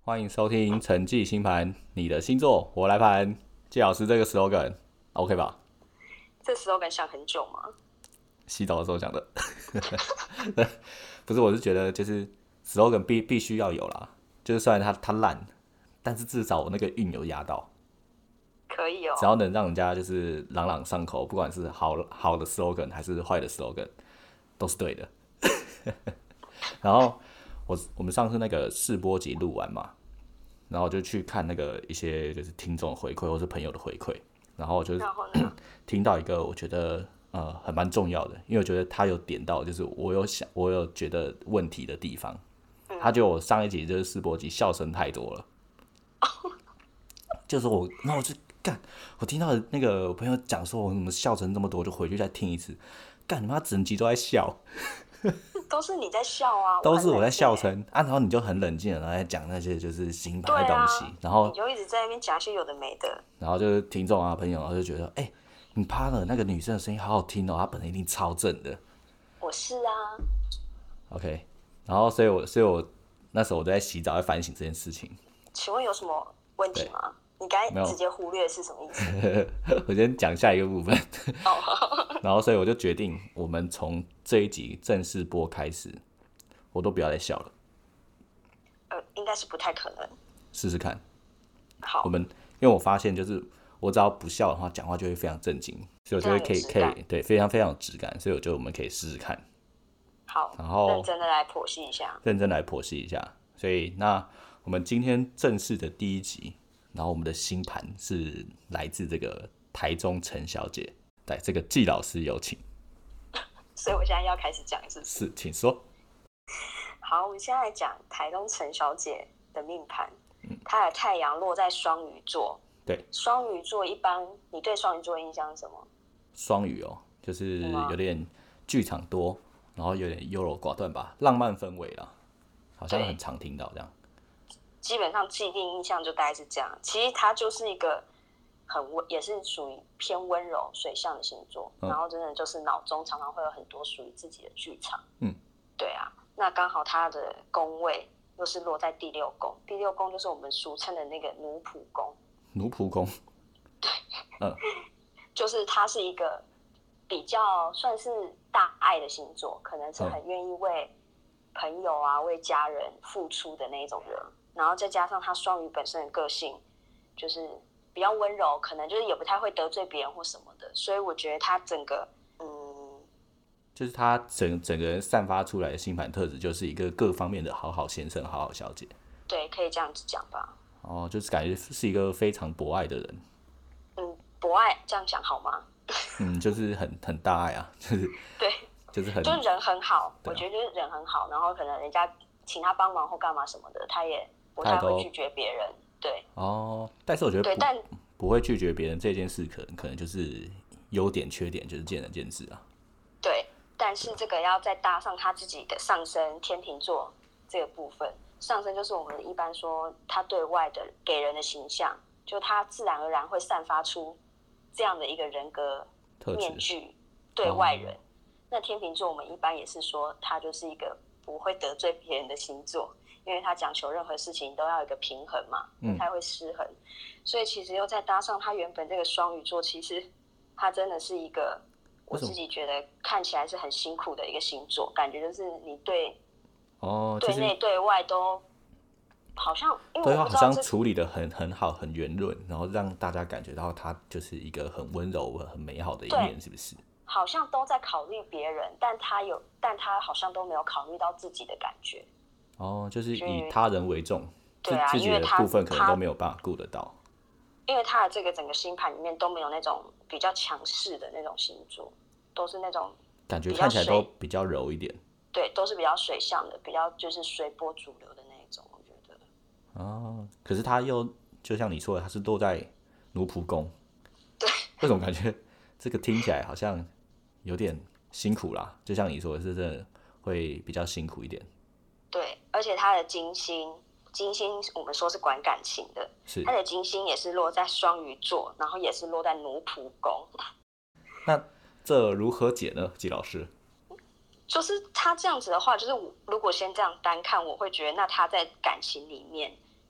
欢迎收听陈季星盘，你的星座我来盘。季老师这个 slogan OK 吧？ 这 slogan 想很久吗？ 洗澡的时候讲的。不是，我是觉得就是 slogan 必须要有啦，就是虽然它烂，但是至少我那个韵有压到， 可以哦。 只要能让人家就是朗朗上口，不管是好的 slogan 还是坏的 slogan，都是对的。然后我们上次那个试播集录完嘛，然后就去看那个一些就是听众的回馈或是朋友的回馈，然后就是然后呢？ 听到一个我觉得很蛮重要的，因为我觉得他有点到就是我有觉得问题的地方，他就我上一集就是试播集笑声太多了，就是然后我就干，我听到那个我朋友讲说我怎么笑声这么多，我就回去再听一次，干你妈整集都在笑。 都是你在笑啊， 都是我在笑很冷静声啊，然后你就很冷静的，然后在讲那些就是星盘对的东西， 啊， 然后你就一直在那边讲一些有的没的。 就是听众啊朋友，然后就觉得你趴的那个女生的声音好好听哦，她本人一定超正的我是啊， ，OK，然后所以我那时候我都在洗澡，在反省这件事情。 请问有什么问题吗？你刚没有才直接忽略是什么意思？ 我先讲下一个部分， 哦， 然后所以我就决定，我们从这一集正式播开始，我都不要再笑了， 应该是不太可能。 试试看。 好， 因为我发现就是我只要不笑的话，讲话就会非常正经，所以我觉得可以非常有质感对非常非常有质感，所以我觉得我们可以试试看， 好， 然后认真的来剖析一下。 认真来剖析一下。所以那我们今天正式的第一集，然后我们的星盘是来自这个台中陈小姐，来这个季老师有请， 所以我现在要开始讲，是不是？ 是请说。 好，我们现在来讲台东陈小姐的命盘。她的太阳落在双鱼座。 对， 双鱼座一般，你对双鱼座的印象是什么？ 双语哦，就是有点剧场多，然后有点优柔寡断吧，浪漫氛围啦，好像很常听到这样。 基本上既定印象就大概是这样。其实它就是一个也是属于偏温柔水象的星座，然后真的就是脑中常常会有很多属于自己的剧场。对啊，那刚好它的宫位又是落在第六宫，第六宫就是我们俗称的那个奴仆宫。 奴仆宫， 就是它是一个比较算是大爱的星座，可能是很愿意为朋友啊、为家人付出的那一种人。然后再加上他双鱼本身的个性就是比较温柔，可能就是也不太会得罪别人或什么的，所以我觉得他整个就是他整个人散发出来的星盘特质，就是一个各方面的好好先生、好好小姐。 对，可以这样子讲吧。 哦，就是感觉是一个非常博爱的人。 博爱这样讲好吗？ 就是很大爱啊， 对， 就是很就是人很好， 对啊我觉得就是人很好，然后可能人家请他帮忙或干嘛什么的，他也不太会拒绝别人。对， 但是我觉得对，但不会拒绝别人这件事可能就是优点缺点，就是见仁见智啊。 对，但是这个要再搭上他自己的上升天秤座这个部分，上升就是我们一般说他对外的给人的形象，就他自然而然会散发出这样的一个人格面具对外人。那天秤座我们一般也是说他就是一个不会得罪别人的星座，因为他讲求任何事情都要有一个平衡嘛，不太会失衡。所以其实又再搭上他原本这个双鱼座，其实他真的是一个我自己觉得看起来是很辛苦的一个星座，感觉就是你对内对外都好像，因为对， 我不知道好像处理的很好，很圆润，然后让大家感觉到他就是一个很温柔、很美好的一面，是不是？ 好像都在考虑别人，但他好像都没有考虑到自己的感觉。 就是以他人为重， 对啊， 自己的部分可能都没有办法顾得到。 因为他的这个整个星盘里面都没有那种比较强势的那种星座，都是那种感觉看起来都比较柔一点。 对，都是比较水象的，比较就是随波逐流的那一种，我觉得。 可是他又就像你说的，他是落在奴仆宫。 对。 为什么感觉这个听起来好像有点辛苦啦？就像你说的，是真的会比较辛苦一点。 对，而且他的金星我们说是管感情的，他的金星也是落在双鱼座，然后也是落在奴仆宫。 那这如何解呢，季老师？ 就是他这样子的话，就是如果先这样单看，我会觉得那他在感情里面，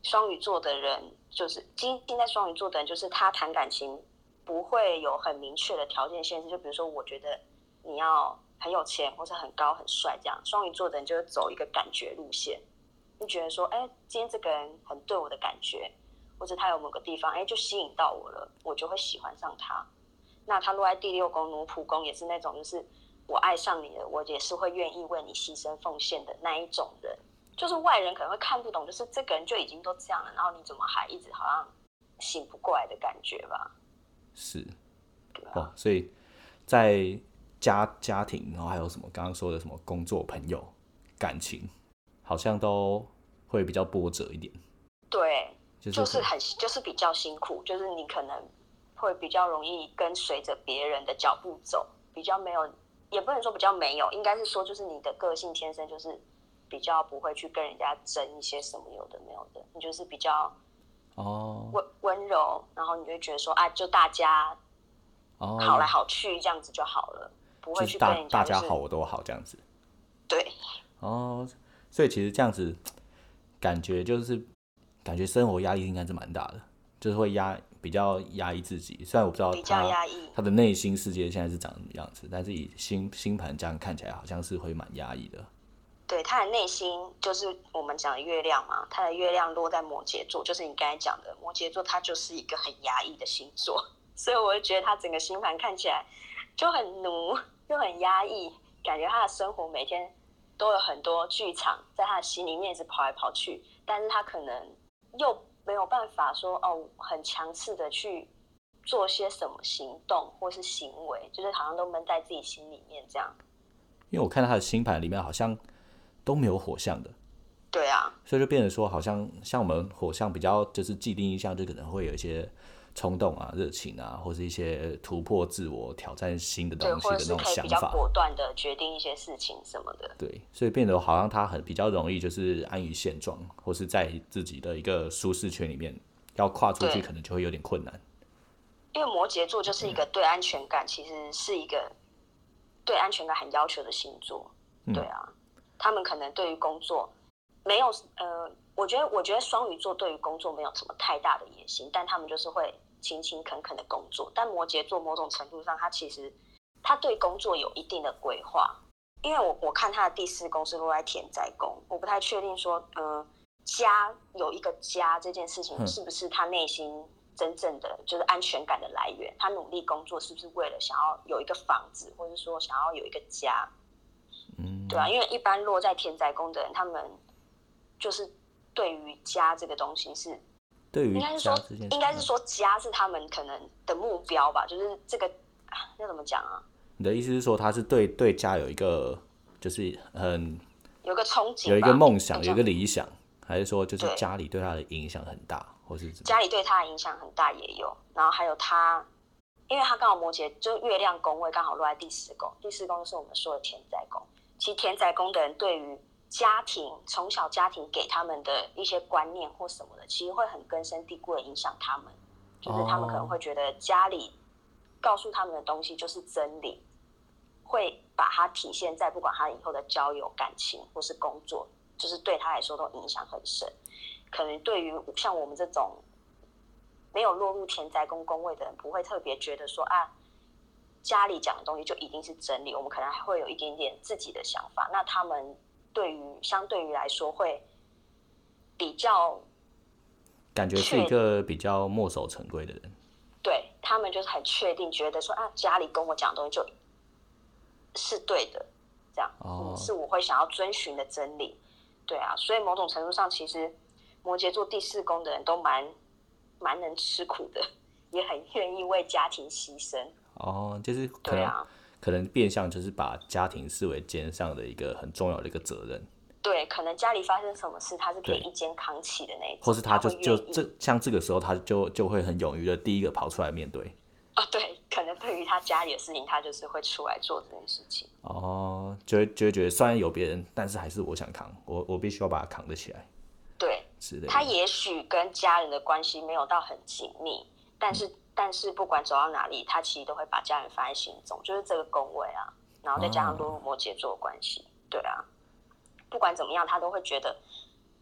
双鱼座的人，就是金星在双鱼座的人，就是他谈感情不会有很明确的条件限制，就比如说我觉得你要很有钱或者很高很帅这样，双鱼座的人就会走一个感觉路线，就觉得说今天这个人很对我的感觉，或者他有某个地方就吸引到我了，我就会喜欢上他。那他落在第6宫奴仆宫也是那种，就是我爱上你了，我也是会愿意为你牺牲奉献的那一种人。就是外人可能会看不懂，就是这个人就已经都这样了，然后你怎么还一直好像醒不过来的感觉吧？ 是，所以在家庭，然后还有什么刚刚说的什么工作、朋友、感情，好像都会比较波折一点。 对，就是比较辛苦，就是你可能会比较容易跟随着别人的脚步走，比较没有，也不能说比较没有，应该是说就是你的个性天生就是比较不会去跟人家争一些什么有的没有的，你就是比较温柔，然后你就会觉得说就大家好来好去这样子就好了，不会去跟人家、 大家好我都好这样子。 对。 所以其实这样子感觉生活压力应该是蛮大的，就是会比较压抑自己。虽然我不知道他的内心世界现在是长什么样子，但是以星盘这样看起来，好像是会蛮压抑的。 对，他的内心就是我们讲的月亮嘛，他的月亮落在摩羯座，就是你刚才讲的摩羯座，他就是一个很压抑的星座，所以我就觉得他整个星盘看起来就很奴，又很压抑，感觉他的生活每天都有很多剧场在他的心里面一直跑来跑去，但是他可能又没有办法说很强势的去做些什么行动或是行为，就是好像都闷在自己心里面这样。 因为我看到他的星盘里面好像都没有火象的。 对啊， 所以就变成说，好像我们火象比较就是既定印象，就可能会有一些冲动啊、热情啊，或是一些突破自我、挑战新的东西的那种想法， 或者是可以比较果断的决定一些事情什么的。 对，所以变得好像他比较容易就是安于现状，或是在自己的一个舒适圈里面，要跨出去可能就会有点困难。 因为摩羯座就是一个对安全感，其实是一个对安全感很要求的星座。对啊，他们可能对于工作没有我觉得双鱼座对于工作没有什么太大的野心，但他们就是会勤勤恳恳的工作。但摩羯座某种程度上，他对工作有一定的规划。因为我看他的第4宫是落在田宅宫，我不太确定说家有一个家这件事情是不是他内心真正的就是安全感的来源。他努力工作是不是为了想要有一个房子，或者说想要有一个家？对啊，因为一般落在田宅宫的人，他们就是对于家这个东西是，应该是说家是他们可能的目标吧，就是这个要怎么讲啊？ 你的意思是说，他是对家有一个就是有一个憧憬， 有一个梦想，有一个理想，还是说就是家里对他的影响很大，或是家里对他的影响很大也有，然后还有他，因为他刚好摩羯就月亮宫位刚好落在第4宫，第4宫就是我们说的田宅宫。其实田宅宫的人对于家庭从小家庭给他们的一些观念或什么的，其实会很根深蒂固的影响他们，就是他们可能会觉得家里告诉他们的东西就是真理，会把它体现在不管他以后的交友、感情或是工作，就是对他来说都影响很深。可能对于像我们这种没有落入田宅宫宫位的人，不会特别觉得说家里讲的东西就一定是真理，我们可能还会有一点点自己的想法。那他们相对于来说会比较感觉是一个比较墨守成规的人。 对，他们就是很确定觉得说家里跟我讲的东西就是对的，这样是我会想要遵循的真理。对啊，所以某种程度上其实摩羯座第4宫的人都蛮能吃苦的，也很愿意为家庭牺牲。 就是可能变相就是把家庭视为肩上的一个很重要的一个责任。 对，可能家里发生什么事，他是可以一肩扛起的那一种。 或是他像这个时候，他就会很勇于的第一个跑出来面对。 对，可能对于他家里的事情，他就是会出来做这件事情。 就会觉得虽然有别人，但是还是我想扛，我必须要把它扛得起来。 对，他也许跟家人的关系没有到很紧密，但是不管走到哪里，他其实都会把家人放在心中，就是这个宫位啊，然后再加上落入摩羯座的关系。对啊，不管怎么样，他都会觉得，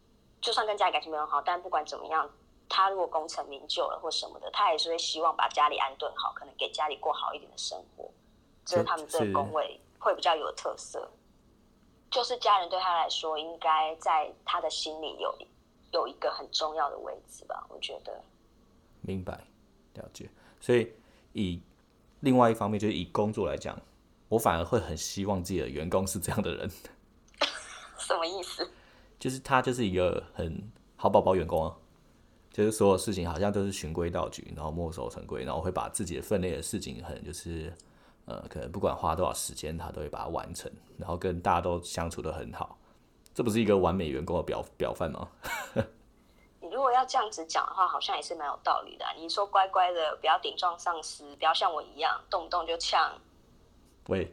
就算跟家里感情没有很好，但不管怎么样，他如果功成名就了或什么的，他也是会希望把家里安顿好，可能给家里过好一点的生活。这是他们这个宫位会比较有特色，就是家人对他来说，应该在他的心里有一个很重要的位置吧，我觉得。 明白，了解。所以以另外一方面，就是以工作来讲，我反而会很希望自己的员工是这样的人。 什么意思？ 就是他就是一个很好宝宝员工啊，就是所有事情好像都是循规蹈矩，然后墨守成规，然后会把自己的分内的事情很就是可能不管花多少时间，他都会把它完成，然后跟大家都相处得很好。这不是一个完美员工的表范吗？ 你如果要这样子讲的话，好像也是蛮有道理的你说乖乖的，不要顶撞上司，不要像我一样动不动就呛。 喂，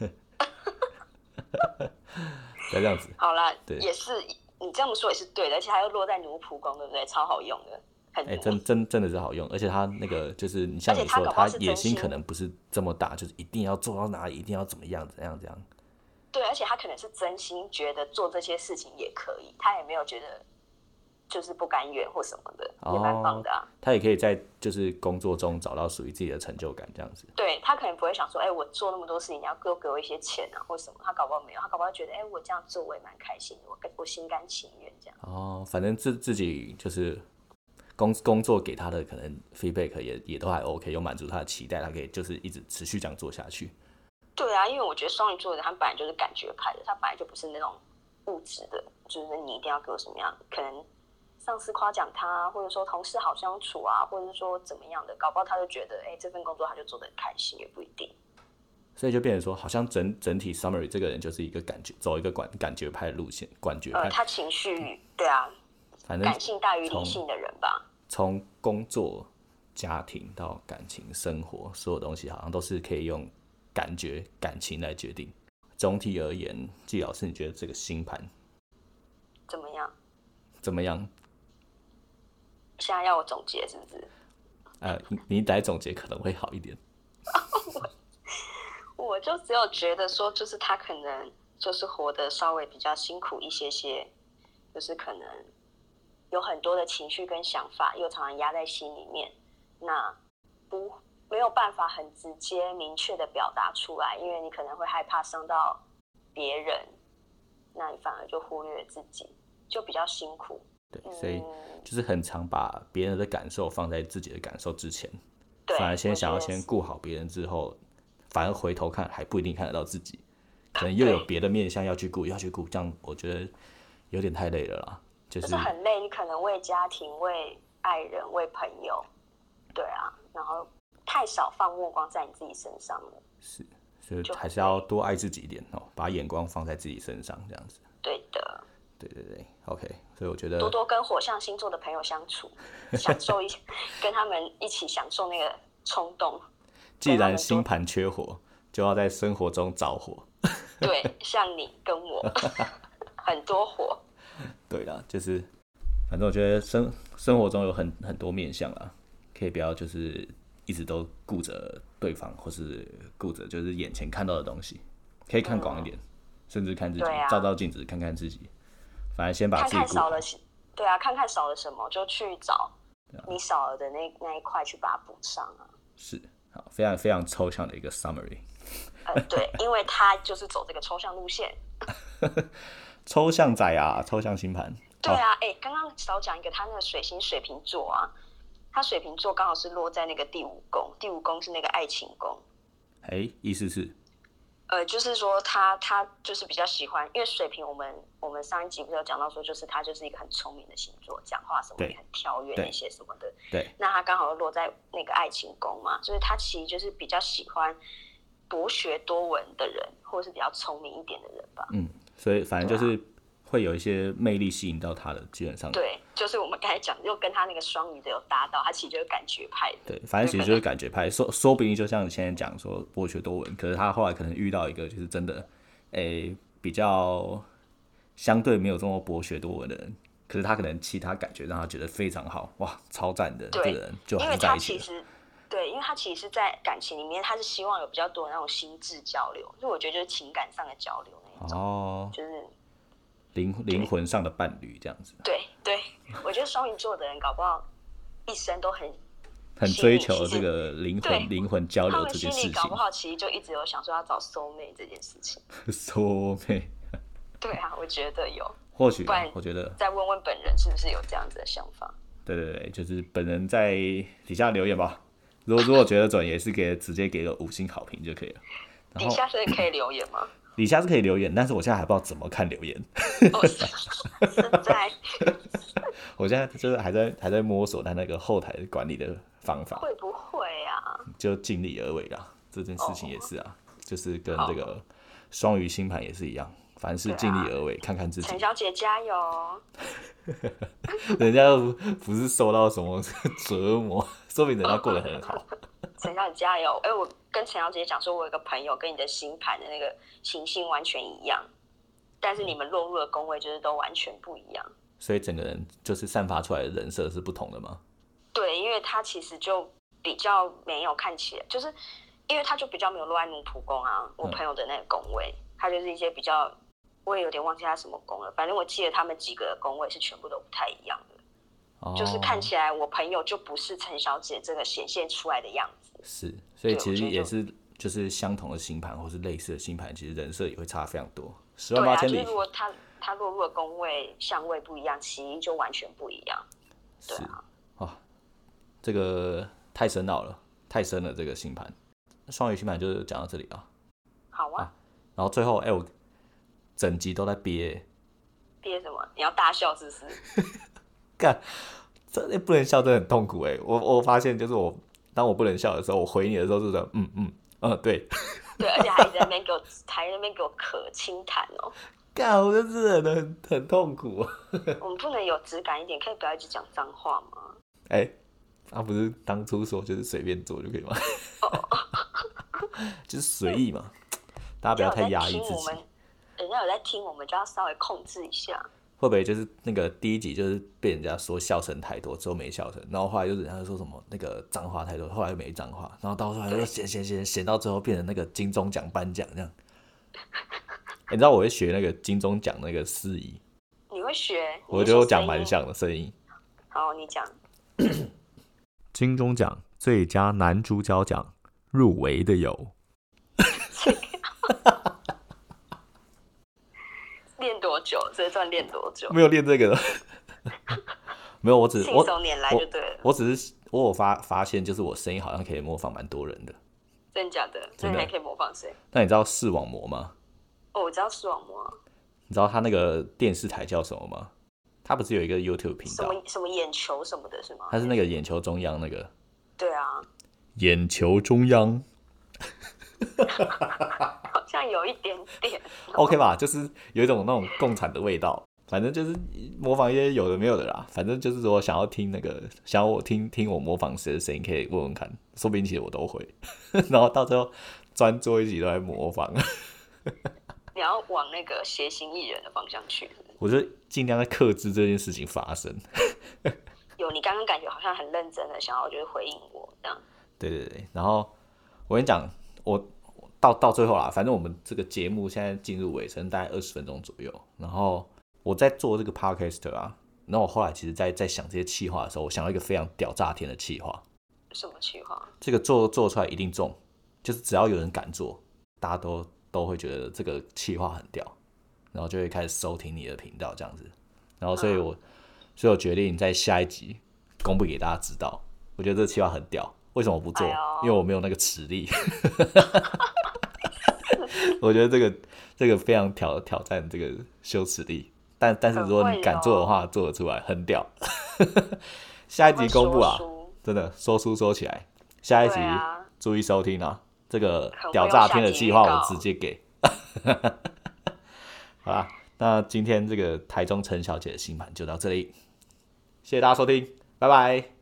不要这样子。 好啦，也是你这么说也是对的，而且它又落在奴仆宫，对不对？超好用的，很真的是好用，而且他那个就是你像你说，他野心可能不是这么大，就是一定要做到哪里，一定要怎么样，怎样。 对，而且他可能是真心觉得做这些事情也可以，他也没有觉得就是不甘愿或什么的，也蛮棒的啊。 他也可以在就是工作中找到属于自己的成就感，这样子。 对，他可能不会想说，我做那么多事情，你要给我一些钱啊，或什么。他搞不好没有，他搞不好觉得，我这样做我也蛮开心的，我心甘情愿这样。 反正自己就是工作给他的可能 feedback 也都还 OK，有满足他的期待，他可以就是一直持续这样做下去。 对啊，因为我觉得双鱼座的人他本来就是感觉派的，他本来就不是那种物质的，就是你一定要给我什么样，可能上司夸奖他，或者说同事好相处啊，或者说怎么样的，搞不好他就觉得，这份工作他就做得很开心，也不一定。 所以就变成说，好像整体 summary 这个人就是一个走一个感觉派的路线，感觉派。 他情绪对啊，反正感性大于理性的人吧。 从工作、家庭到感情、生活，所有东西好像都是可以用感觉、感情来决定。总体而言，季老师，你觉得这个星盘怎么样？ 怎么样？ 现在要我总结是不是？ 你来总结可能会好一点。 我就只有觉得说，就是他可能就是活得稍微比较辛苦一些，就是可能有很多的情绪跟想法，又常常压在心里面，那没有办法很直接明确的表达出来，因为你可能会害怕伤到别人，那你反而就忽略自己，就比较辛苦。 对，所以就是很常把别人的感受放在自己的感受之前，反而想要先顾好别人之后，反而回头看还不一定看得到自己，可能又有别的面向要去顾，这样我觉得有点太累了啦。就是很累，你可能为家庭、为爱人、为朋友，对啊，然后太少放目光在你自己身上了。 是，所以还是要多爱自己一点把眼光放在自己身上，这样子。 对的。 对 ，OK， 所以我觉得多多跟火象星座的朋友相处，享受跟他们一起享受那个冲动。 既然星盘缺火，就要在生活中找火。 对，像你跟我，很多火。 对啦，就是反正我觉得生活中有很多面向啦，可以不要就是一直都顾着对方，或是顾着就是眼前看到的东西，可以看广一点，甚至看自己，照镜子看看自己。反正先把自己顾好。 对啊，看看少了什么，就去找你少了的那一块去把它补上啊。 是，好，非常非常抽象的一个 summary。 对，因为他就是走这个抽象路线。 抽象仔啊，抽象星盘。 对啊，刚刚少讲一个，他那个水星水瓶座啊，他水瓶座刚好是落在那个第五宫，第五宫是那个爱情宫。 意思是？ 就是说他就是比较喜欢，因为水瓶我们上一集不是有讲到说，就是他就是一个很聪明的星座，讲话什么也很跳跃那些什么的。 对。 那他刚好落在那个爱情宫嘛，所以他其实就是比较喜欢博学多闻的人，或者是比较聪明一点的人吧。 所以反正就是会有一些魅力吸引到他的，基本上。 对，就是我们刚才讲，又跟他那个双鱼的有搭到，他其实就是感觉派的。 对，反正其实就是感觉派，说不定就像你现在讲说博学多闻，可是他后来可能遇到一个就是真的，比较相对没有这么博学多闻的人，可是他可能其他感觉让他觉得非常好，哇，超赞的，这个人就还是在一起了。 对，因为他其实是在感情里面，他是希望有比较多的那种心智交流，就我觉得就是情感上的交流那种。就是灵魂上的伴侣这样子。 对对，我觉得双鱼座的人搞不好一生都很追求这个灵魂交流这件事情。 他们心里搞不好其实就一直有想说要找 soul mate 这件事情。 soul mate。 对啊，我觉得有。 或许， 不然我觉得再问问本人是不是有这样子的想法。 对，就是本人在底下留言吧。如果觉得准，也是直接给个5星好评就可以了。 底下是可以留言吗？ 底下是可以留言，但是我现在还不知道怎么看留言。 现在， 我现在就是还在摸索他那个后台管理的方法。 会不会啊？ 就尽力而为啦，这件事情也是啊，就是跟这个双鱼星盘也是一样。凡事尽力而为，看看自己。 陈小姐加油！ 人家又不是受到什么折磨，说明人家过得很好。 陈小姐加油！我跟陈小姐讲说，我有个朋友跟你的星盘的那个行星完全一样，但是你们落入的宫位就是都完全不一样。 所以整个人就是散发出来的人设是不同的吗？ 对，因为他其实就比较没有看起来，就是因为他就比较没有落在奴仆宫啊。我朋友的那个宫位，他就是一些比较。我也有点忘记他什么宫了，反正我记得他们几个宫位是全部都不太一样的，就是看起来我朋友就不是陈小姐这个显现出来的样子。 是，所以其实也是就是相同的星盘或是类似的星盘，其实人设也会差非常多，10万8千里。 对啊，就是如果他落入的宫位相位不一样，起因就完全不一样。对啊， 哇，这个太深奥了，太深了这个星盘。双鱼星盘就是讲到这里啊。 好啊。 然后最后，我整集都在憋什么？你要大笑是不是？ 干，这不能笑，真的很痛苦哎！我发现就是当我不能笑的时候，我回你的时候就是对对，而且还在那边给我可轻弹哦。 干，我真是很痛苦。 我们不能有质感一点，可以不要一直讲脏话吗？ 他不是当初说就是随便做就可以吗？就是随意嘛，大家不要太压抑自己。 人家有在听，我们就要稍微控制一下。 会不会就是那个第一集就是被人家说笑声太多，之后没笑声，然后后来就是人家说什么那个脏话太多，后来又没脏话，然后到后来又闲到最后变成那个金钟奖颁奖这样。你知道我会学那个金钟奖那个司仪？ 你会学？ 我觉得我讲蛮像的声音。 好，你讲。 金钟奖最佳男主角奖入围的有。 练多久？这段练多久？ 没有练这个的。没有，信手拈来就对了。 我只是我有发现，就是我声音好像可以模仿蛮多人的。 真假的？那你还可以模仿谁？ 那你知道视网膜吗？ 我知道视网膜。 你知道他那个电视台叫什么吗？他不是有一个 YouTube 频道？ 什么眼球什么的是吗？ 他是那个眼球中央那个。 对啊。 眼球中央。 好像有一点点。 OK 吧，就是有一种那种共产的味道。反正就是模仿一些有的没有的啦。反正就是说想要我听我模仿谁的声音，可以问问看，说不定其实我都会。然后到最后专做一集都在模仿。 你要往那个谐星艺人的方向去。 我就尽量在克制这件事情发生。 有，你刚刚感觉好像很认真的想要就是回应我这样。 对，然后我跟你讲，我到最后啦，反正我们这个节目现在进入尾声，大概20分钟左右。然后我在做这个 podcast 啊，然后我后来其实在想这些企划的时候，我想到一个非常屌炸天的企划。 什么企划？这个做出来一定中，就是只要有人敢做，大家都会觉得这个企划很屌，然后就会开始收听你的频道这样子。然后所以我决定在下一集公布给大家知道，我觉得这个企划很屌。为什么我不做？因为我没有那个实力。我觉得这个非常挑战这个羞耻力，但是如果你敢做的话，做得出来，很屌。下一集公布啊，真的说书说起来，下一集注意收听啊，这个屌炸天的计划我直接给。好啦，那今天这个台中陈小姐的星盘就到这里，谢谢大家收听，拜拜。